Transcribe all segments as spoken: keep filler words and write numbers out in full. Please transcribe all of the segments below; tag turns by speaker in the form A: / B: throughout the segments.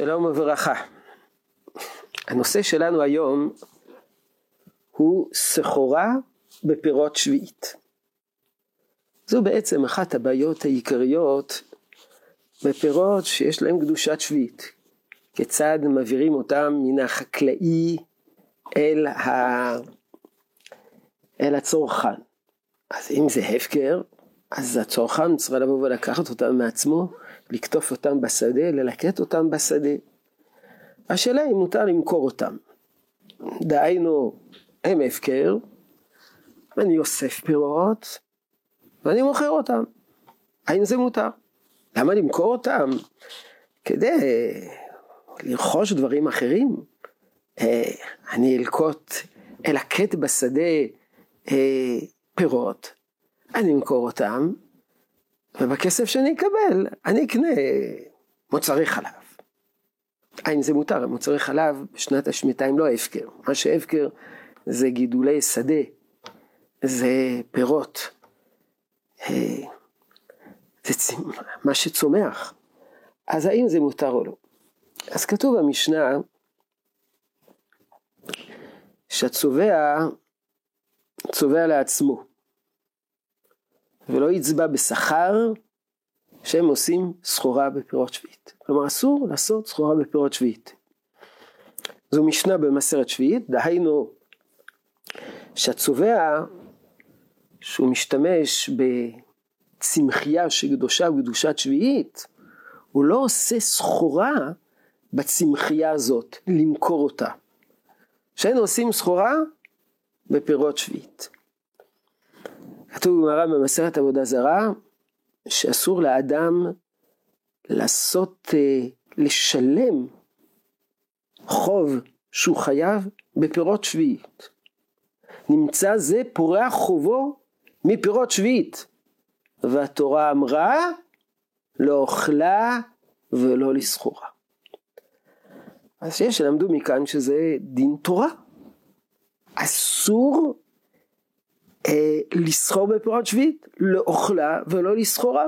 A: שלום וברכה. הנושא שלנו היום הוא סחורה בפירות שביעית. זו בעצם אחת הבעיות העיקריות בפירות שיש להם קדושת שביעית. כיצד מעבירים אותם מן החקלאי אל, ה... אל הצרכן. אז אם זה הפקר, אז הצרכן צריך לבוא ולקחת אותם מעצמו, לקטוף אותם בשדה, ללקט אותם בשדה. השאלה היא מותר למכור אותם. דהיינו, הם הפקר, אני אוסף פירות, ואני מוכר אותם. האם זה מותר? למה למכור אותם? כדי לרכוש דברים אחרים. אני אלקוט, אלקט בשדה פירות, אני אמכור אותם, ובכסף שאני אקבל, אני אקנה מוצרי חלב. האם זה מותר? מוצרי חלב בשנת השמיטה הם לא הפקר. מה שהפקר זה גידולי שדה, זה פירות, זה מה שצומח. אז האם זה מותר או לא? אז כתוב במשנה שהצובע צובע לעצמו ולא יצבע בשכר שהם עושים סחורה בפירות שביעית. כלומר אסור לעשות סחורה בפירות שביעית. זו משנה במסרת שביעית, דהיינו שהצובע שהוא משתמש בצמחייה שקדושה וקדושת שביעית, הוא לא עושה סחורה בצמחייה הזאת למכור אותה. שהיינו עושים סחורה בפירות שביעית. כתוב בגמרא במסכת עבודה זרה שאסור לאדם לעשות, לשלם חוב שהוא חייב בפירות שביעית. נמצא זה פורע חובו מפירות שביעית. והתורה אמרה לא אוכלה ולא לסחורה. אז יש שלמדו מכאן שזה דין תורה. אסור אה, לסחור בפירות שביעית, לא אוכלה ולא לסחורה.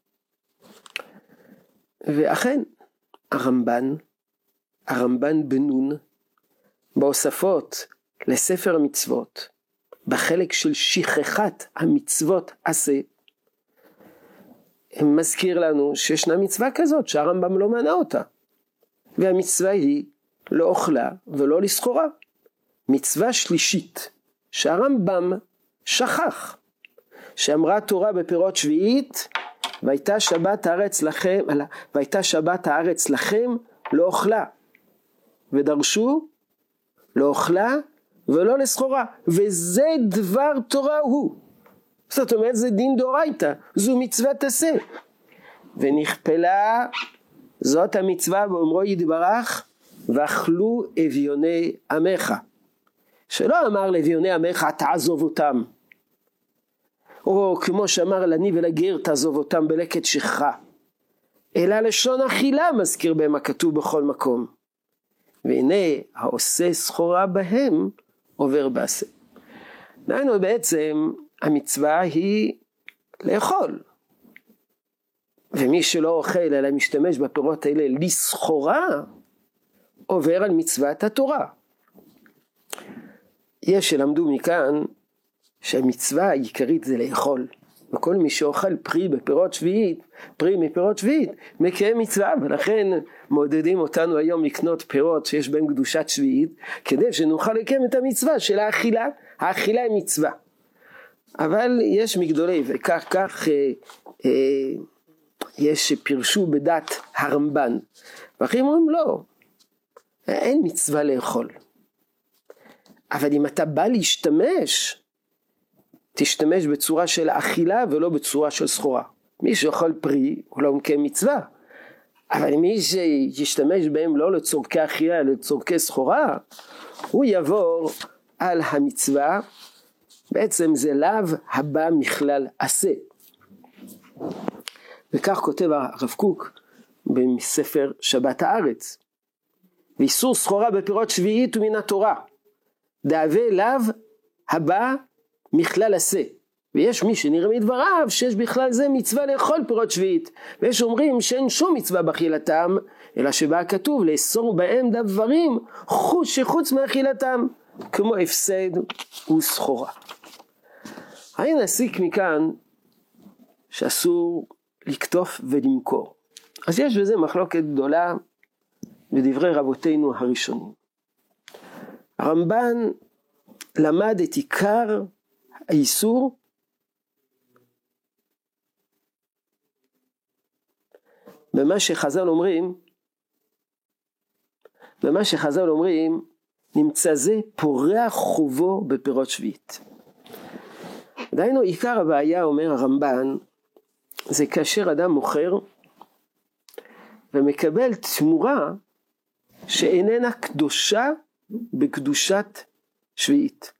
A: ואכן הרמב"ן, הרמב"ן בנון, בהוספות לספר המצוות, בחלק של שכחת המצוות עשה, מזכיר לנו שישנה מצווה כזאת שהרמב"ם לא מנה אותה. והמצווה היא לא אוכלה ולא לסחורה. מצווה שלישית שהרמב"ם שכח, שאמרה תורה בפירות שביעית, והייתה שבת הארץ לכם, והייתה שבת הארץ לכם לא אוכלה, ודרשו לא אוכלה ולא לסחורה, וזה דבר תורה הוא. זאת אומרת זה דין דאורייתא, זו מצוות עשה. ונכפלה זאת המצווה באומרו יתברך ואכלו אביוני עמך. שלא אמר לאביוני עמך תעזוב אותם, או כמו שאמר לני ולגר תעזוב אותם בלקט שכחה, אלא לשון אכילה מזכיר בהם הכתוב בכל מקום. והנה העושה סחורה בהם עובר בעשה. דהיינו בעצם המצווה היא לאכול, ומי שלא אוכל אלא משתמש בפירות האלה לסחורה עובר על מצוות התורה. יש שלמדו מכאן שהמצווה העיקרית זה לאכול, וכל מי שאוכל פרי בפירות שביעית, פרי מפירות שביעית, מקיים מצווה, ולכן מעודדים אותנו היום לקנות פירות שיש בהם קדושת שביעית, כדי שנוכל לקיים את המצווה של האכילה. האכילה היא מצווה. אבל יש מגדולי, וכך כך אה, אה, יש שפרשו בדת הרמב"ן, ואחרים אומרים לא, אין מצווה לאכול. אבל אם אתה בא להשתמש, תשתמש בצורה של אכילה ולא בצורה של סחורה. מי שאוכל פרי הוא לא מקיים מצווה, אבל מי שישתמש בהם לא לצורכי אכילה, לצורכי סחורה, הוא יעבור על המצווה. בעצם זה לאו הבא מכלל עשה. וכך כותב הרב קוק בספר שבת הארץ, ואיסור סחורה בפירות שביעית ומן התורה, דהווה לאו הבא מכלל עשה. ויש מי שנראה מדבריו שיש בכלל זה מצווה לאכול פירות שביעית, ויש אומרים שאין שום מצווה באכילתם, אלא שבא כתוב לאסור בהם דברים חוץ שחוץ מאכילתם, כמו הפסד וסחורה. האם נסיק מכאן שאסור לקטוף ולמכור? אז יש בזה מחלוקת גדולה בדברי רבותינו הראשונים. הרמב"ן למד את עיקר האיסור במה שחז"ל אומרים, במה שחז"ל אומרים, נמצא זה פורח חובו בפירות שביעית. דהיינו, עיקר הבעיה, אומר הרמב"ן, זה כאשר אדם מוכר ומקבל תמורה שאיננה קדושה בקדושת שביעית.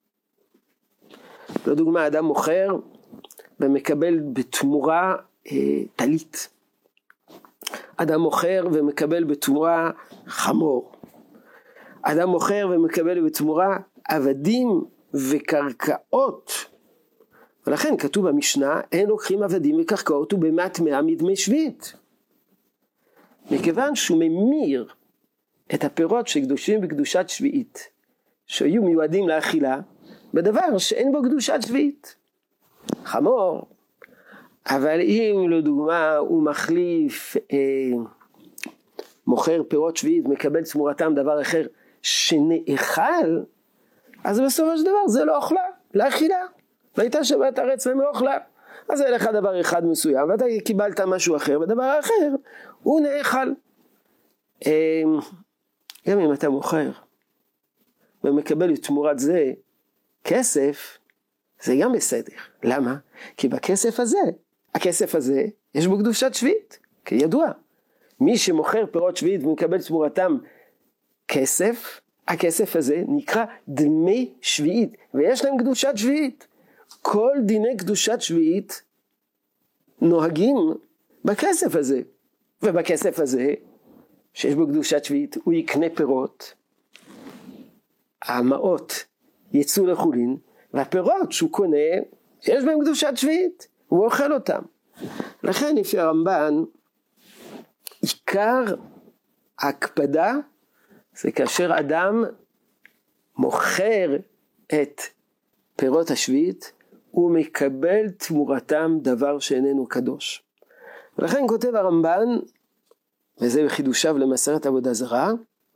A: לדוגמה, אדם מוכר ומקבל בתמורה אה, טלית. אדם מוכר ומקבל בתמורה חמור. אדם מוכר ומקבל בתמורה עבדים וקרקעות. ולכן כתוב במשנה, אין לוקחים עבדים וקרקעות ובמעט מאה מדמי שביעית. מכיוון שהוא ממיר את הפירות שקדושים בקדושת שביעית, שהיו מיועדים לאכילה, בדבר שאין בו קדושת שביעית. חמור. אבל אם לדוגמה הוא מחליף, אה, מוכר פירות שביעית, מקבל תמורתם דבר אחר שנאכל, אז בסופו של דבר זה לא אוכלה, לאכילה. והייתה שבת ארץ ולא אוכלה. אז זה לך דבר אחד מסוים, ואתה קיבלת משהו אחר, ודבר אחר הוא נאכל. אה, גם אם אתה מוכר ומקבל תמורת זה כסף, זה גם בסדר. למה? כי בכסף הזה, הכסף הזה, יש בו קדושת שביעית, כידוע. מי שמוכר פירות שביעית ומקבל תמורתם כסף, הכסף הזה נקרא דמי שביעית, ויש להם קדושת שביעית. כל דיני קדושת שביעית נוהגים בכסף הזה, ובכסף הזה, שיש בו קדושת שביעית, הוא יקנה פירות, המעות יצאו לחולין, והפירות שהוא קונה, יש בהם קדושת שביעית, הוא אוכל אותם. לכן לפי הרמב"ן, עיקר ההקפדה, זה כאשר אדם מוכר את פירות השביעית, הוא מקבל תמורתם דבר שאיננו קדוש. ולכן כותב הרמב"ן, וזה בחידושיו למסכת עבודה זרה,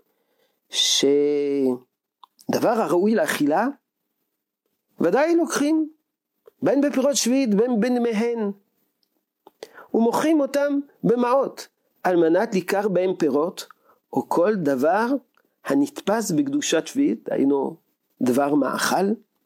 A: שדבר הראוי לאכילה, ודאי לוקחים, בין בפירות שביעית, בין בין מהן, ומוכרים אותם במעות, על מנת לקח בהם פירות, או כל דבר הנתפס בקדושת שביעית, היינו דבר מאכל,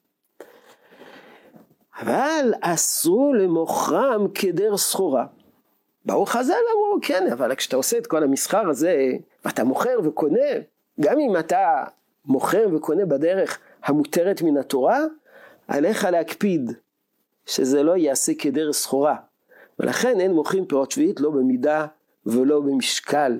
A: אבל אסרו למוכרם כדר סחורה. באו חז"ל אמרו, כן, אבל כשאתה עושה את כל המסחר הזה, ואתה מוכר וקונה, גם אם אתה מוכר וקונה בדרך המותרת מן התורה, עליך להקפיד שזה לא יעשה כדר סחורה. ולכן אין מוכרים פירות שביעית לא במידה ולא במשקל.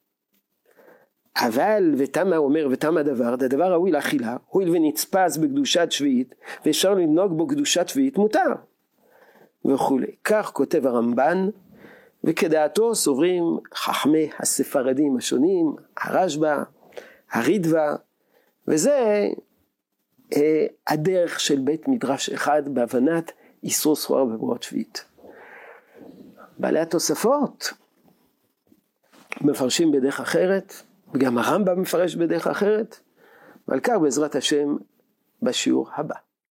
A: אבל ותמה אומר ותמה דבר, הדבר ראוי לאכילה, הואיל ונצפס בקדושת שביעית, ואפשר לנהוג בו קדושת שביעית מותר. וכו'. כך כותב הרמב"ן, וכדעתו סוברים חכמי הספרדים השונים, הרשב"א, הרידב"א, וזה אה, הדרך של בית מדרש אחד בהבנת איסור סחורה בפירות שביעית. בעלי התוספות מפרשים בדרך אחרת, וגם הרמב"ם מפרש בדרך אחרת, ועל כך בעזרת השם בשיעור הבא.